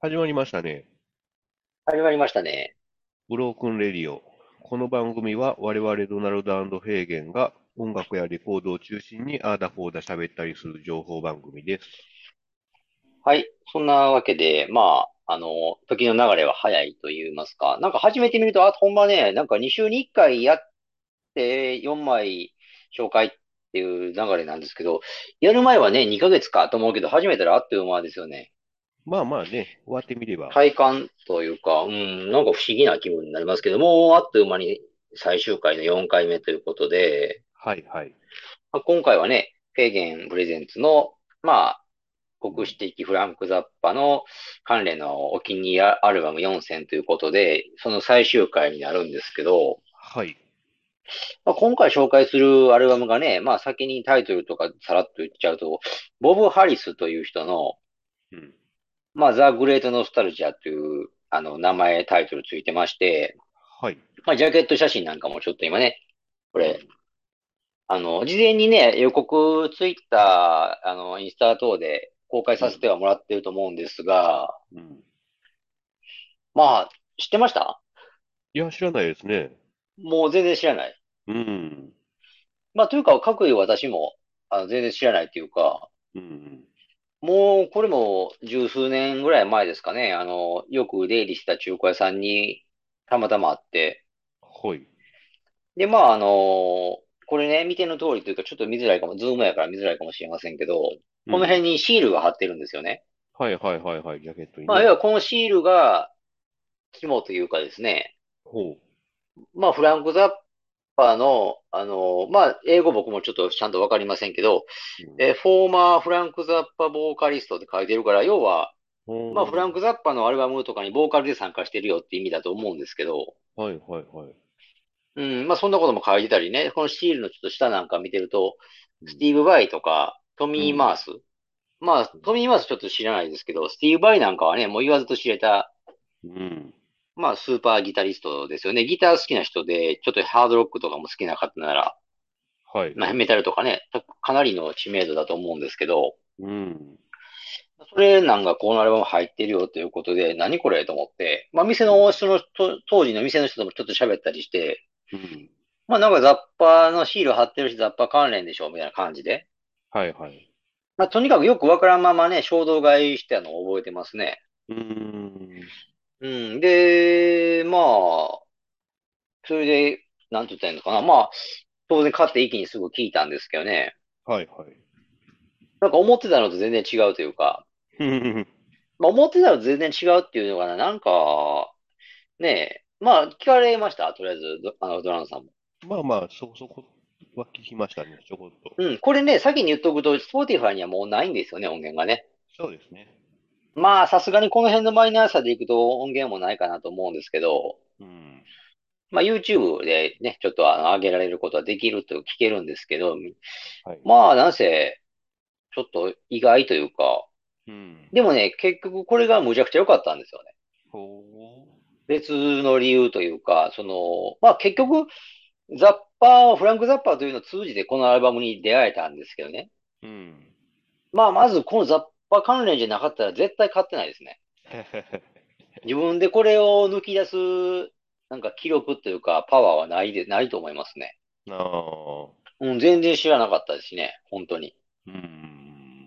始まりましたね。 始まりましたね。 ブロークンレディオ。この番組は我々ドナルドフェーゲンが音楽やレコードを中心にあーだこーだ喋ったりする情報番組です。 はい。そんなわけで、時の流れは早いと言いますか。なんか始めてみると、ほんまね、なんか2週に1回やって4枚紹介っていう流れなんですけど、やる前はね、2ヶ月かと思うけど、始めたらあっという間ですよね。 まあまあね、終わってみれば。 体感というか、なんか不思議な気分になりますけど、もうあっという間に最終回の4回目ということで、 はいはい。 今回はね、フェーゲンプレゼンツの、まあ、 うん、 国史的フランク・ザッパの関連のお気に入りアルバム4選ということで、その最終回になるんですけど、 はい。 今回紹介するアルバムがね、先にタイトルとかさらっと言っちゃうと、ボブ・ハリスという人の、 うん。 ザ・グレート・ノスタルジアという、名前、タイトルついてまして、 はい。 ジャケット写真なんかもちょっと今ね、これ、 うん。 事前にね、予告ツイッター、インスタ等で公開うん。 させてはもらってると思うんですが、 うん。 まあ、知ってました？ いや、知らないですね。 もう全然知らない。 うん。 というか、各位私も、全然知らないというか、 うん。 もう、これも十数年ぐらい前ですかね。よく出入りした中古屋さんにたまたま会って、 はい。 で、これね、見ての通りというか、ちょっと見づらいかも、ズームやから見づらいかもしれませんけど、 うん。 この辺にシールが貼ってるんですよね。 はいはいはいはい。ジャケットにね。 要はこのシールが肝というかですね、 ほフランク・ザッパーの、英語僕もちょっとちゃんとわかりませんけど、 う。うん。 フォーマーフランク・ザッパボーカリストって書いてるから、要は、フランほク・ザッパのアルバムとかにボーカルで参加してるよって意味だと思うんですけど、 う。はいはいはい。 そんなことも書いてたりね、このシールのちょっと下なんか見てると、 うん。 スティーブ・バイとか、トミー・うん。 マース。トミー・マースちょっと知らないですけど、スティーブ・バイなんかはね、もう言わずと知れた、 うん。 スーパーギタリストですよね。ギター好きな人で、ちょっとハードロックとかも好きな方なら、 はい。 メタルとかね、かなりの知名度だと思うんですけど、 うん。 それなんかこのアルバム入ってるよということで、何これと思って、店うん。 の、当時の店の人ともちょっと喋ったりして、 うん。 なんか雑貨のシール貼ってるし雑貨関連でしょみたいな感じで。 はいはい。 とにかくよくわからんままね、衝動買いしたのを覚えてますね。 うーん。 うん。で、それで、なんて言ったらいいのかな。当然買って一気にすぐ聞いたんですけどね。 はいはい。 なんか思ってたのと全然違うというか、 ふふふふ。 思ってたのと全然違うっていうのかな。なんか、ね聞かれましたとりあえず、ドラムさんも。 まあまあ、そこそこは聞きましたね、ちょこっと。 うん。これね、先に言っとくと、Spotify にはもうないんですよね、音源がね。 そうですね。 さすがにこの辺のマイナーさでいくと音源もないかなと思うんですけど、 うん。 YouTube でね、ちょっと上げられることはできると聞けるんですけど、 はい。 なんせ、ちょっと意外というか、 うん。 でもね、結局これがむちゃくちゃ良かったんですよね。 ほ別の理由というか、結局、フランク・ザッパーというのを通じてこのアルバムに出会えたんですけどね。 う。うん。 まずこのザッパ関連じゃなかったら絶対買ってないですね。 へへへ。 自分でこれを抜き出す、なんか記録というか、パワーはないと思いますね。 ああ。 うん、全然知らなかったですしね。本当に。 うん。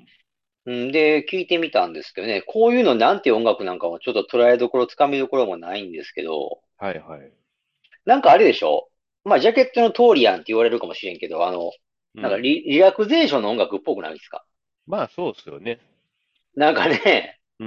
うん、で、聞いてみたんですけどね、こういうのなんて音楽なんかもちょっと捉えどころ、つかみどころもないんですけど、 はいはい。 なんかあれでしょ？ジャケットの通りやんって言われるかもしれんけど、なんかうん。 リラクゼーションの音楽っぽくないですか？ まあ、そうっすよね。 なんかね、 うん。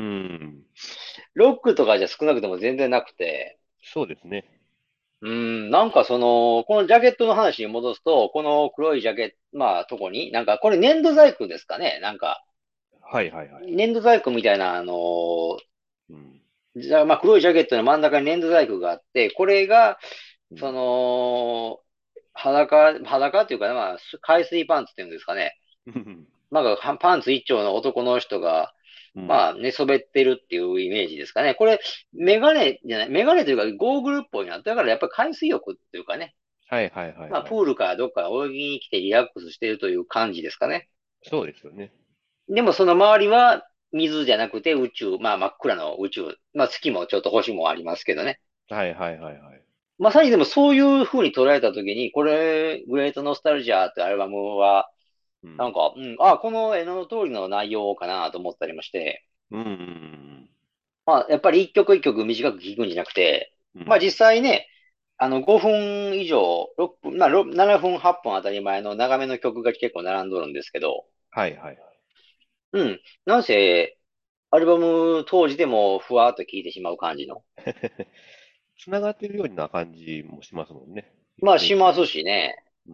ロックとかじゃ少なくとも全然なくて、 そうですね。 なんかこのジャケットの話に戻すと、この黒いジャケット、とこに、なんかこれ粘土細工ですかね？なんか、 はいはいはい。 粘土細工みたいな、 うん。 黒いジャケットの真ん中に粘土細工があって、これが、そうん。 の、裸っていうか、海水パンツっていうんですかね。 うん。 パンツ一丁の男の人が、 うん。 寝そべってるっていうイメージですかね。これ、メガネというかゴーグルっぽいな。だからやっぱり海水浴っていうかね。 はいはいはいはい。 プールからどっか泳ぎに来てリラックスしているという感じですかね。 そうですよね。 でもその周りは、 水じゃなくて宇宙、まあ真っ暗の宇宙、まあ月もちょっと星もありますけどね。 はいはいはいはい。 まさにでもそういう風に捉えたときに、これ、グレートノスタルジャーってアルバムは、 うん。 なんか、あ、この絵の通りの内容かなと思ったりもして、 うん。 まあ、やっぱり一曲一曲短く聴くんじゃなくて、 うん。うん。 まあ実際ね、5分以上、6分、まあ7分、8分当たり前の長めの曲が結構並んどるんですけど、 はいはいはい。 うん。なんせ、アルバム当時でもふわーっと聴いてしまう感じの。 つながってるような感じもしますもんね。 まあ雰囲気も。 しますしね。 うん。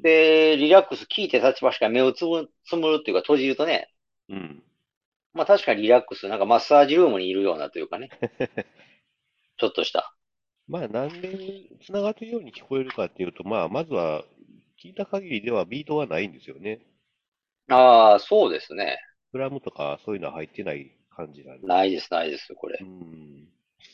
で、リラックス聴いて立ちましか目をつむるっていうか閉じるとね、 うん。 まあ確かにリラックス、なんかマッサージルームにいるようなというかね、ちょっとした。 まあ、なんでつながっているように聞こえるかっていうと、まあ、まずは、聞いた限りではビートはないんですよね。 ああ、そうですね。 ドラムとかそういうのは入ってない感じなんで。 ないです、ないです、こうれ。 ん。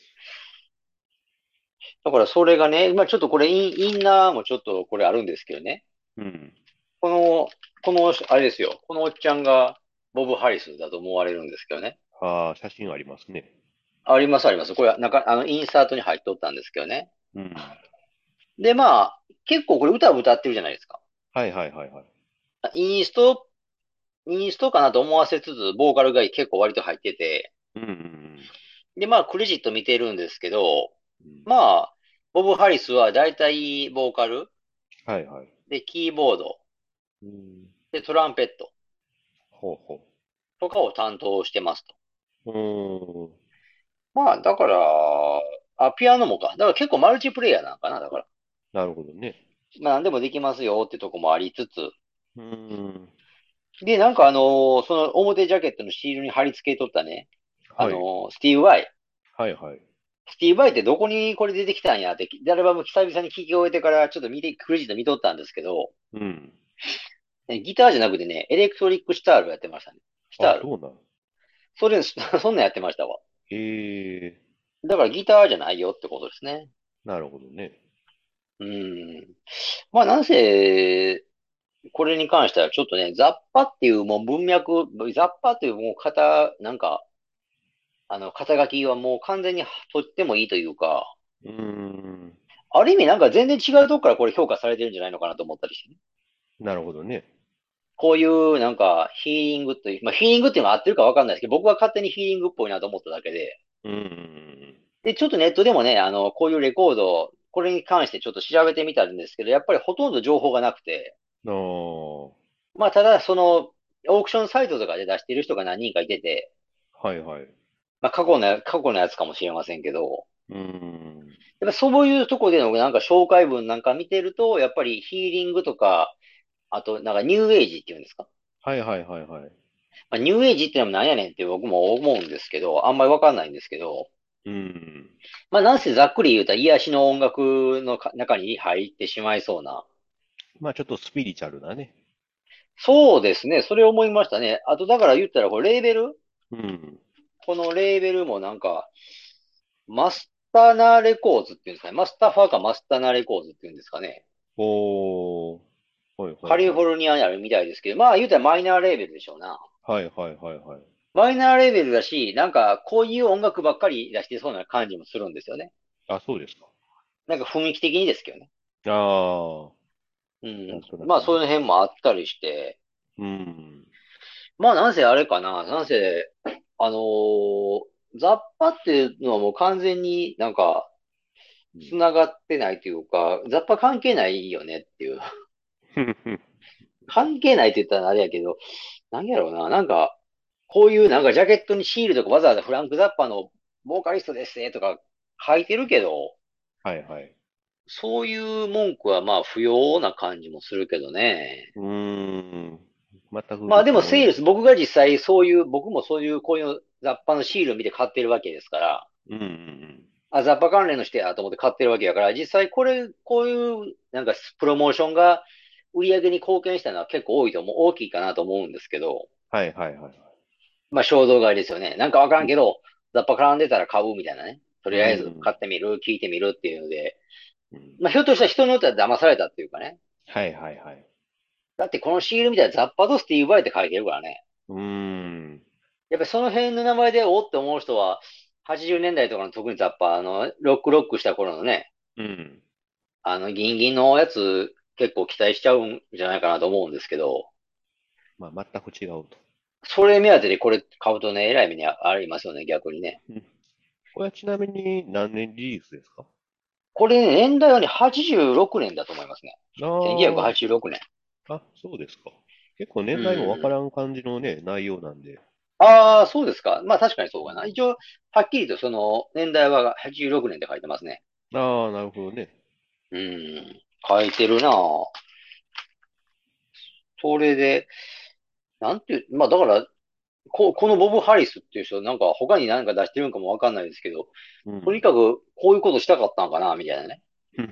だからそれがね、まあちょっとこれインナーもちょっとこれあるんですけどね。 うん。 この、あれですよ。このおっちゃんがボブ・ハリスだと思われるんですけどね。 ああ、写真ありますね。 あります、あります。これ、なんか、インサートに入っとったんですけどね。 うん。 で、まあ、結構これ歌を歌ってるじゃないですか。 はいはいはいはい。 インスト、インストかなと思わせつつ、ボーカルが結構割と入ってて、 うんうんで、まあ、クレジット見てるんですけど、 うん。うん。 まあ、ボブ・ハリスはだいたいボーカル、 はいはい。 で、キーボード、 うん。 で、トランペットほうほとかを担当してますと。 う。うーん。 まあ、だから、ピアノもか。だから結構マルチプレイヤーなのかな、だから。 なるほどね。 まあ、何でもできますよってとこもありつつ、 うーん。 で、なんかその表ジャケットのシールに貼り付けとったね、 はい。 スティーブ・ワイ。 はいはい。 スティーブ・ワイってどこにこれ出てきたんやって、アルバム久々に聴き終えてからちょっとクレジット見とったんですけど、 うん。 ギターじゃなくてね、エレクトリックシタールやってましたね。シタあ、 ール。 そうなん。 それ、そんなんやってましたわ。 ええ、 だからギターじゃないよってことですね。 なるほどね。 うん。まあ、なんせ、これに関してはちょっとね、ザッパっていうもう文脈、ザッパっていうもうなんか、肩書きはもう完全に取ってもいいというか、 うーん。 ある意味なんか全然違うとこからこれ評価されてるんじゃないのかなと思ったりしてね。 なるほどね。 こういうなんかヒーリングという、まあヒーリングっていうのが合ってるかわかんないですけど、僕は勝手にヒーリングっぽいなと思っただけで。 うーん。 で、ちょっとネットでもね、こういうレコード、これに関してちょっと調べてみたんですけど、やっぱりほとんど情報がなくて、 ああ、はまあただオークションサイトとかで出している人が何人かいてて、 いはい。 まあ過去のやつかもしれませんけど、 うーん。 やっぱそういうとこでのなんか紹介文なんか見てると、やっぱりヒーリングとか、あとなんかニューエイジっていうんですか？ はいはいはいはい。 まあ、ニューエイジってのもなんやねんって僕も思うんですけど、あんまりわかんないんですけど、 うーん。 まあなんせざっくり言うたら癒しの音楽の中に入ってしまいそうな。 まあちょっとスピリチュアルなね。 そうですね。それ思いましたね。あとだから言ったらこれレーベルうん。 このレーベルもなんか、マスタナレコーズっていうんですかね。マスタファーかマスタナレコーズっていうんですかね。 おー。はいはいカリフはい。 ォルニアにあるみたいですけど、まあ言うたらマイナーレーベルでしょうな。 はいはいはいはい。 マイナーレーベルだし、なんかこういう音楽ばっかり出してそうな感じもするんですよね。 あ、そうですか。 なんか雰囲気的にですけどね。 ああ、 うん。 なんとなまあ、 くね。 そういう辺もあったりして。 うん。 まあ、なんせあれかな。なんせ、ザッパっていうのはもう完全になんか、 うん。 繋がってないというか、ザッパ関係ないよねっていう。 ふんふん。 関係ないって言ったらあれやけど、なんやろうな。なんか、こういうなんかジャケットにシールとかわざわざフランク・ザッパのボーカリストですねとか書いてるけど、 はいはい。 そういう文句はまあ不要な感じもするけどね。 うーん。全くまあで別物。 もセールス、僕が実際そういう、僕もそういうこういう雑把のシールを見て買ってるわけですから、 うんうん雑把関連のしてやと思って買ってるわけやから、実際こういうなんかプロモーションが売り上げに貢献したのは結構大きいかなと思うんですけど、 はいはいはい。 まあ衝動買いですよね。なんかわからうん。 んけど、雑把絡んでたら買うみたいなね。とうりあえず買ん。 ってみる、聞いてみるっていうので、 うん。 まあひょっとしたら人によっては騙されたっていうかね。 はいはいはい。 だってこのシールみたいな雑把とスティーブ・バイって書いてるからね。 うーん。 やっぱりその辺の名前でおって思う人は、80年代とかの特にザッパー、ロックした頃のね、 うん。 ギンギンのやつ結構期待しちゃうんじゃないかなと思うんですけど、 まあ、全く違うと。 それ目当てでこれ買うとね、えらい目にありますよね、逆にね。 うん。これはちなみに何年リリースですか？ これね、年代はね、86年だと思いますね。 あ 1986年。 あ、あ、そうですか。結構う年代もわかん。 らん感じのね、内容なんで。 ああ、そうですか。まあ確かにそうかな。 うん。 一応、はっきりとその年代は86年って書いてますね。 ああ、なるほどね。 うん。書いてるなぁ。それで、なんていう、まあだから、このボブ・ハリスっていう人、なんか他に何か出してるんかもわかんないですけど、 うん。 とにかくこういうことしたかったんかな、みたいなね。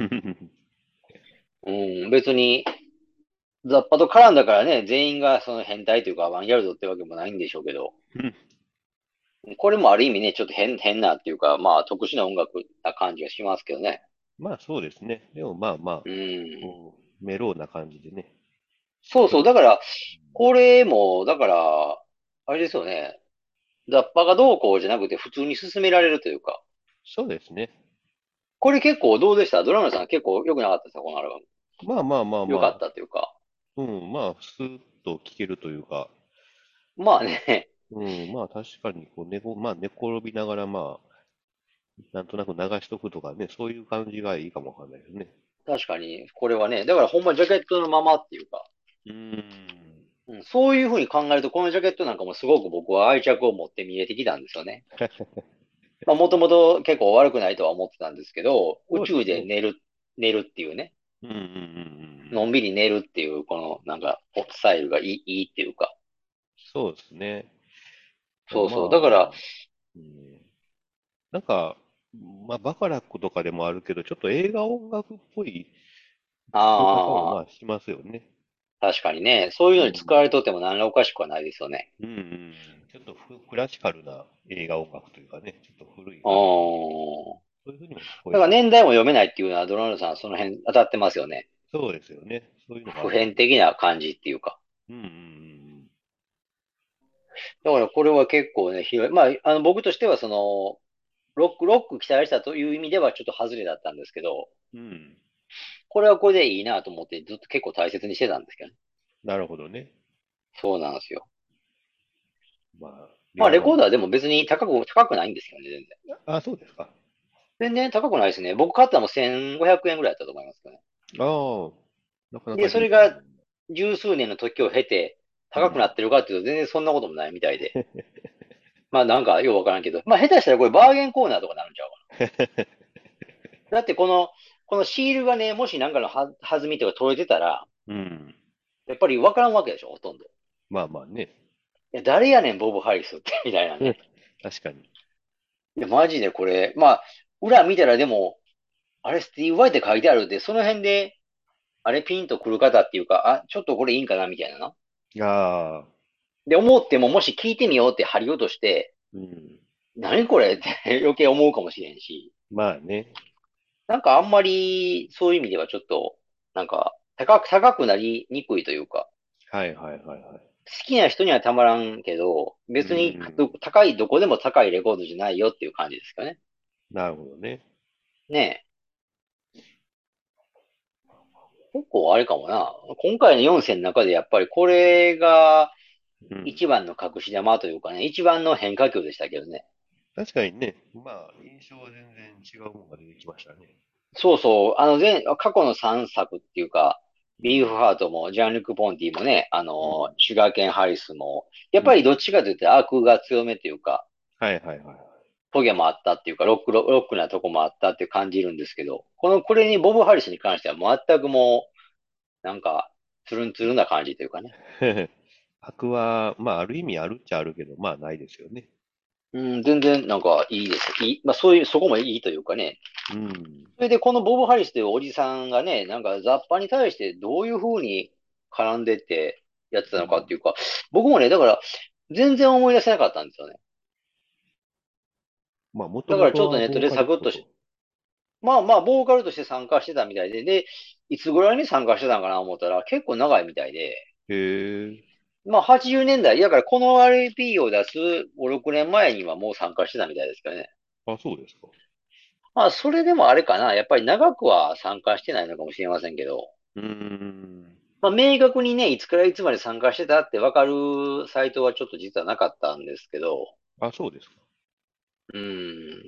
うん、別に、ザッパと絡んだからね、全員がその変態というかアバンギャルドってわけもないんでしょうけど、これもある意味ね、ちょっと変なっていうか、まあ特殊な音楽な感じがしますけどね。 まあそうですね。でもまあまあ、 うん。 こう、メローな感じでね。 そうそう。 ちょっと、 だから、これも、だから、あれですよね。ザッパがどうこうじゃなくて普通に進められるというか。 そうですね。 これ結構どうでした？ドラムさん結構良くなかったですか？このアルバム。 まあまあまあ良かっまたというか。 あ、うん、まあ、スーッと聴けるというか、 まあね、 うん、まあ確かにこうまあ寝転びながらまあ、なんとなく流しとくとかね、そういう感じがいいかもわかんないですね。 確かに、これはね、だからほんまジャケットのままっていうか、 うーん。 うん、そういうふうに考えると、このジャケットなんかもすごく僕は愛着を持って見えてきたんですよね。まあもともと結構悪くないとは思ってたんですけど、宇宙そうですね。 で寝るっていうね。 うんうんうんうん。 のんびり寝るっていう、この、なんか、スタイルがいいっていうか。 そうですね。 そうそう。だから、 まあ、うん、なんか、まあ、バカラックとかでもあるけど、ちょっと映画音楽っぽい聞こえ方もまああ、 あしますよね。 確かにね、そういううのに使われん。 とっても何らおかしくはないですよね。 うんうん。ちょっとクラシカルな映画音楽というかね、ちょっと古いう感じの、 ん。 そういうふうにも聞こえだからたり。 年代も読めないっていうのは、ドローンさんその辺当たってますよね。 そうですよね。そういうのがあ普るとね。 遍的な感じっていうか。 うんうんうんだからこれは結構ね、広い。まあ、僕としてはその、ロック期待したという意味ではちょっと外れだったんですけど、 うん。うん。 これはこれでいいなと思ってずっと結構大切にしてたんですけどね。 なるほどね。 そうなんですよ。 まあ、 まあ、 レアな。 レコーダーでも別に高くないんですよね、全然。 あ、そうですか。 全然高くないですね。僕買ったのも1500円ぐらいだったと思いますけどね。 ああ、なかなかで、 リーズナブそれが十数年の時を経てル。うん。 高くなってるかっていうと全然そんなこともないみたいで。まあなんかよくわからんけど。まあ下手したらこれバーゲンコーナーとかなるんちゃうかな。だってこのシールがね、もしなんかの弾みとか取れてたら、 うん。 やっぱりわからんわけでしょ、ほとんど。いまあまあね。 や、誰やねん、ボブ・ハリスって、みたいなうん。 ね。 確かに。 いや、マジでこれ、まあ、裏見たらでも、あれ、スティーブ・ワイって書いてあるって、その辺で、あれピンと来る方っていうか、あ、ちょっとこれいいんかな、みたいなな。 ああ、 で、思っても、もし聞いてみようって貼り落として、 うん。 何これって余計思うかもしれんし、 まあね。 なんかあんまりそういう意味ではちょっと、なんか高くなりにくいというか、 はいはいはいはい。 好きな人にはたまらんけど、 う別にん。 どこでも高いレコードじゃないよっていう感じですかね。 なるほどね。 ねえ。結構あれかもな。今回の4選の中でやっぱりこれがうん。 一番の隠し玉というかね、一番の変化球でしたけどね。 確かにね。まあ、印象は全然違うものが出てきましたね。 そうそう、過去の3作っていうか、ビーフうん。 ハートも、ジャンルク・ポンティもね、 うん。 シュガーケン・ハリスも、やっうん。 ぱりどっちかというとアークが強めというか、 はいはいはいはい。 トゲもあったっていうか、ロックなとこもあったって感じるんですけど、これにボブ・ハリスに関しては全くもう、なんか、ツルンツルンな感じというかね。 悪は、まあ、ある意味あるっちゃあるけど、まあ、ないですよね。 うん、全然なんかいいです。まあそういう、そこもいいというかね。 うん。 それでこのボブ・ハリスというおじさんがね、なんか雑把に対してどういう風に絡んでってやってたうん。 のかっていうか、僕もね、だから全然思い出せなかったんですよね。 まあ、もとだからちょっともとはネットでボーカリサクッとストと。 まあまあ、ボーカルとして参加してたみたいで、いつぐらいに参加してたんかな思ったら結構長いみたいで、 へえ。 まあ80年代、だからこの RP を出す5、6年前にはもう参加してたみたいですけどね。 あ、そうですか。 まあそれでもあれかな。やっぱり長くは参加してないのかもしれませんけど。 うーん。 まあ明確にね、いつからいつまで参加してたってわかるサイトはちょっと実はなかったんですけど。 あ、そうですか。 うん。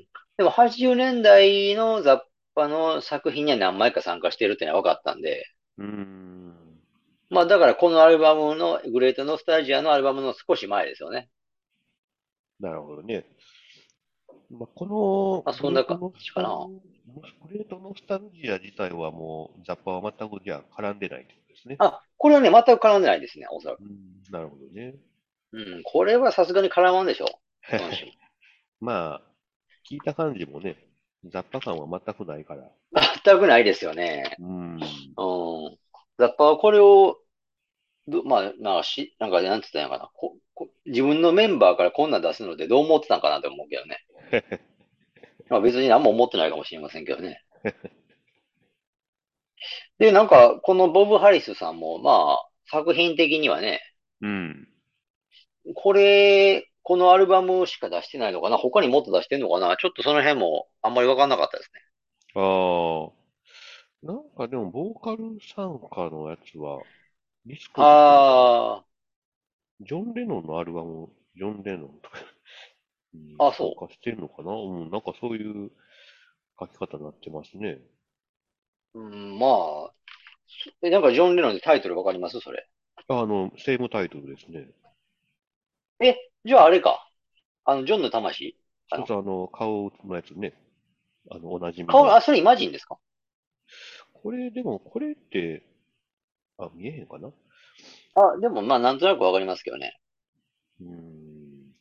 でも80年代の雑把の作品には何枚か参加してるっていうのは分かったんで。 うーん。 まあだからこのアルバムの、グレートノスタルジアのアルバムの少し前ですよね。 なるほどね。まあ、こまあのグそんな感レートノじかな。 グレートノスタルジア自体はもう、ザッパは全くじゃあ絡んでないってことですね。 あ、これはね、全く絡んでないですね、おそらく。 うん、なるほどね。 うん、これはさすがに絡まんでしょう。どの種まあ、聞いた感じもね、雑把感は全くないから。 全くないですよね。 うん。 うん。ザッパはこれを、まあ、なんか、なんて言ったんやかな。自分のメンバーからこんなん出すのでどう思ってたんかなと思うけどね。まあ別に何も思ってないかもしれませんけどね。で、なんか、このボブ・ハリスさんも、まあ、作品的にはね、 うん。 このアルバムしか出してないのかな他にもっと出してんのかなちょっとその辺もあんまりわかんなかったですね。 ああ、なんかでも、ボーカル参加のやつは、ディスコグスに、 あジョン・レノンのアルバム、ジョン・レノンとかにあ、そ参加してんのかな。うん、なんかそういう書き方になってますね。 う。うん、まあ、なんかジョン・レノンでタイトルわかりますそれ？ セームタイトルですね。 え、じゃああれか。ジョンの魂かな。 そうそう、顔のやつね。おなじみの。 それイマジンですか？ これ、でも、これって、あ、見えへんかな。 あ、でもまあなんとなくわかりますけどね。 うーん、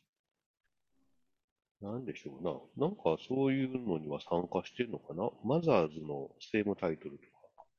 なんでしょうな。なんかそういうのには参加してるのかな。マザーズのセームタイトルとか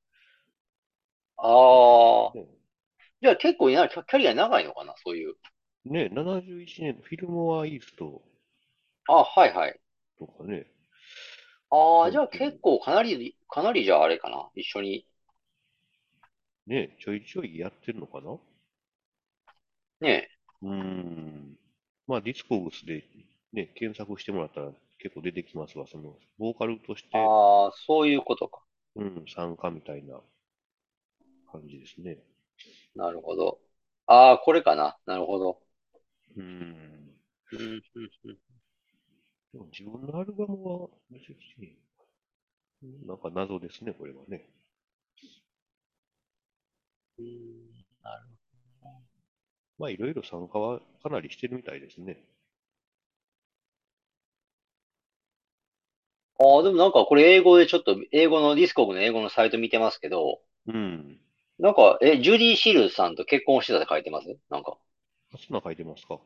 出てまああ、 すね。 じゃあ結構キャリア長いのかなそういう。 ね、71年、フィルモアイーストあ、はいはい。 とかね、 ああ、じゃあタイトル、 結構かなりじゃああれかな。一緒に。 ね、ちょいちょいやってるのかな。 ね。 うーん。まあ、ディスコグスでね、検索してもらったら結構出てきますわ。ボーカルとして、 ああ、そういうことか。 うん、参加みたいな感じですね。 なるほど。ああ、これかな。なるほど。 うーん。 うん、うん、うん。 でも自分のアルバムは出てきて、なんか謎ですね、これはね。 うんなるまあ、いろいろ参加はかなりしてるみたいですね。 ああ、でもなんかこれ英語でちょっと、英語のディスコグの英語のサイト見てますけど、 うん。 なんか、ジュディ・シルさんと結婚してたって書いてますなんか。 あ、そんなん書いてますか。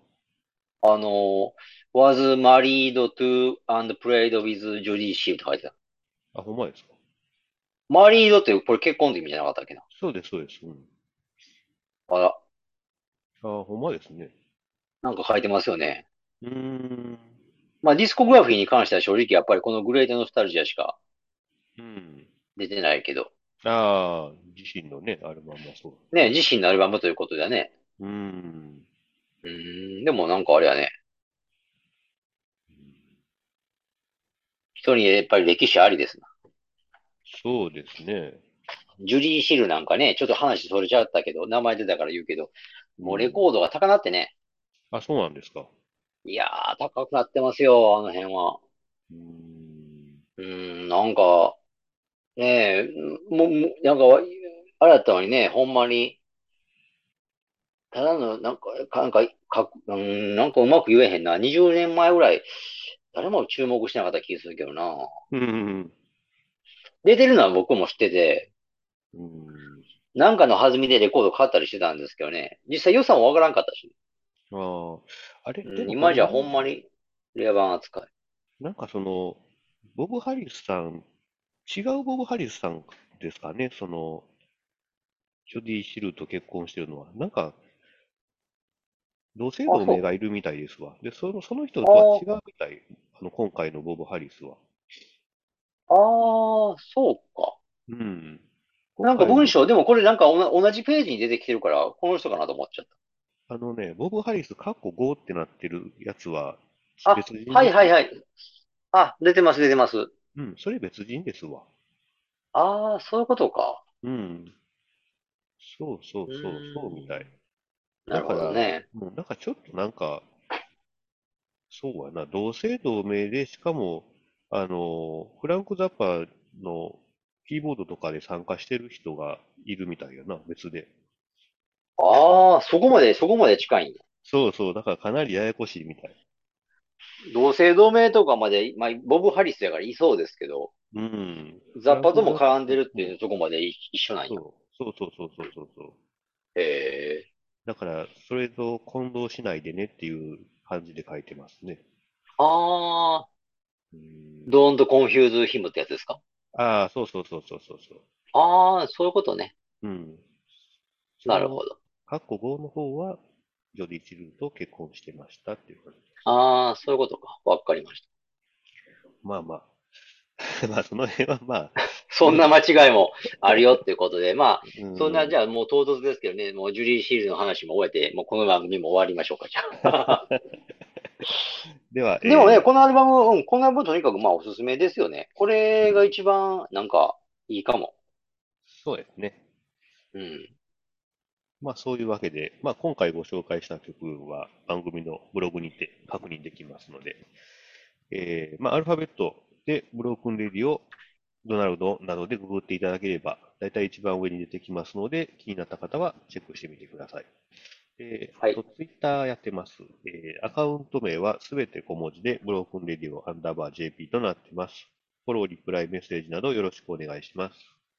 was married to and played with Judy Shield って書いてた。 あ、ほんまですか。 マリードってこれ結婚って意味じゃなかったっけな。 そうです、そうです。うん。 あら、 あ、ほんまですね。 なんか書いてますよね。 うーん。 まあディスコグラフィーに関しては正直やっぱりこのグレートノスタルジアしかうん。 出てないけど、 ああ、自身のね、アルバムはそう。 ね、自身のアルバムということだね。 うーん。 でもなんかあれやね、人にやっぱり歴史ありですな。 そうですね。 ジュリー・シルなんかね、ちょっと話それちゃったけど、名前出たから言うけど、もうレうん。 コードが高なってね、 あ、そうなんですか。 いやー、高くなってますよ、あの辺は。 うーん。 なんか、ねえ、なんか、あれだったのにね、ほんまに、ただの、なんかうまく言えへんな。20年前ぐらい、誰も注目してなかった気がするけどな。 うーん。 出てるのは僕も知ってて、 うーん。 なんかの弾みでレコード買ったりしてたんですけどね。実際予算もわからんかったし。 ああ。あれ、でもこ今じゃれあれ、 ほんまにレア版扱い。 なんかボブ・ハリスさん、違うボブ・ハリスさんですかね、ジョディ・シルと結婚してるのは。なんか、同姓あ、 同名そがいるみたいですわ。で、その人う。 とは違うみたい。今回のボブ・ハリスは。 そうか。 うん。今なんか回の、 文章、でもこれなんか同じページに出てきてるから、この人かなと思っちゃった。 ボブ・ハリス、カッコ5ってなってるやつはあ、 別人はいですよ。 はいはい。あ、出てます、出てます。 うん、それ別人ですわ。 ああ、そういうことか。 うん、そうそううそう、そうみたい。 ーん。なるほどだから、 ね。 もうなんかちょっとなんか、そうやな、同姓同名で、しかも、フランク・ザッパーのキーボードとかで参加してる人がいるみたいやな、別で。 ああ、そこまで近いんや。 そうそう、だからかなりややこしいみたい。 同姓同名とかまで、まあ、ボブ・ハリスやからいそうですけど、 うん。フザッランク・パとも絡んザッパー、 でるっていううん。 とこまで一緒なんや。 そうそうそうそうそうそう。 へえ。 だから、それと混同しないでねっていう感じで書いてますね。 ああ、 うん。 ドーンとコンフューズヒムってやつですか？ ああ、そうそうそうそうそうそう。 ああ、そういうことね。 うん。その、 なるほど。 カッコ5の方は、ジョディ・チルルと結婚してましたっていう感じです。 ああ、そういうことか。わかりました。 まあまあ、まあその辺はまあ、 そんな間いろいろ、 違いもあるよっていうことで、まあ、 うそんな、じん。 ゃあもう唐突ですけどね、もうジュリー・シールの話も終えて、もうこの番組も終わりましょうか、じゃあ。 では、 でもね、このアルバム、このアルバムとにかくまあおすすめですよね。これがうん、 一番なんかいいかも。 そうですね。 うん。 まあそういうわけで、まあ今回ご紹介した曲は番組のブログにて確認できますので、まあアルファベットでブロークンレディオ、ドナルドなどでググっていただければ、だいたい一番上に出てきますので、気になった方はチェックしてみてください。 はい。 ツイッターやってます。アカウント名はすべて小文字で、ブロークンレディオアンダーバー JP となっています。フォロー、リプライ、メッセージなどよろしくお願いします。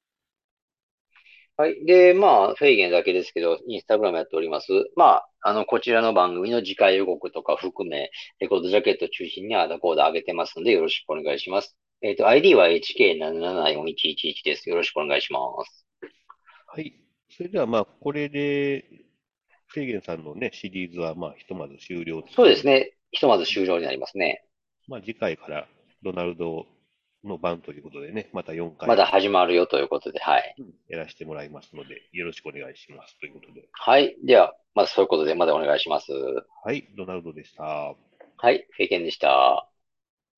はい。で、まあ、フェイゲンだけですけど、インスタグラムやっております。まあ、こちらの番組の次回予告とか含め、レコードジャケット中心にアダコード上げてますので、よろしくお願いします。ID は HK774111 です。よろしくお願いします。 はい。それではまあ、これで、フェーゲンさんのね、シリーズはまあ、ひとまず終了というそうことで、 ですね。ひとまず終了になりますね。 まあ、次回からロナルドの番ということでね、また4回、 まだ始まるよということで、はい。 やらせてもらいますので、よろしくお願いしますということで。 はい。では、まずそういうことで、まだお願いします。 はい、ロナルドでした。 はい。フェイゲンでした。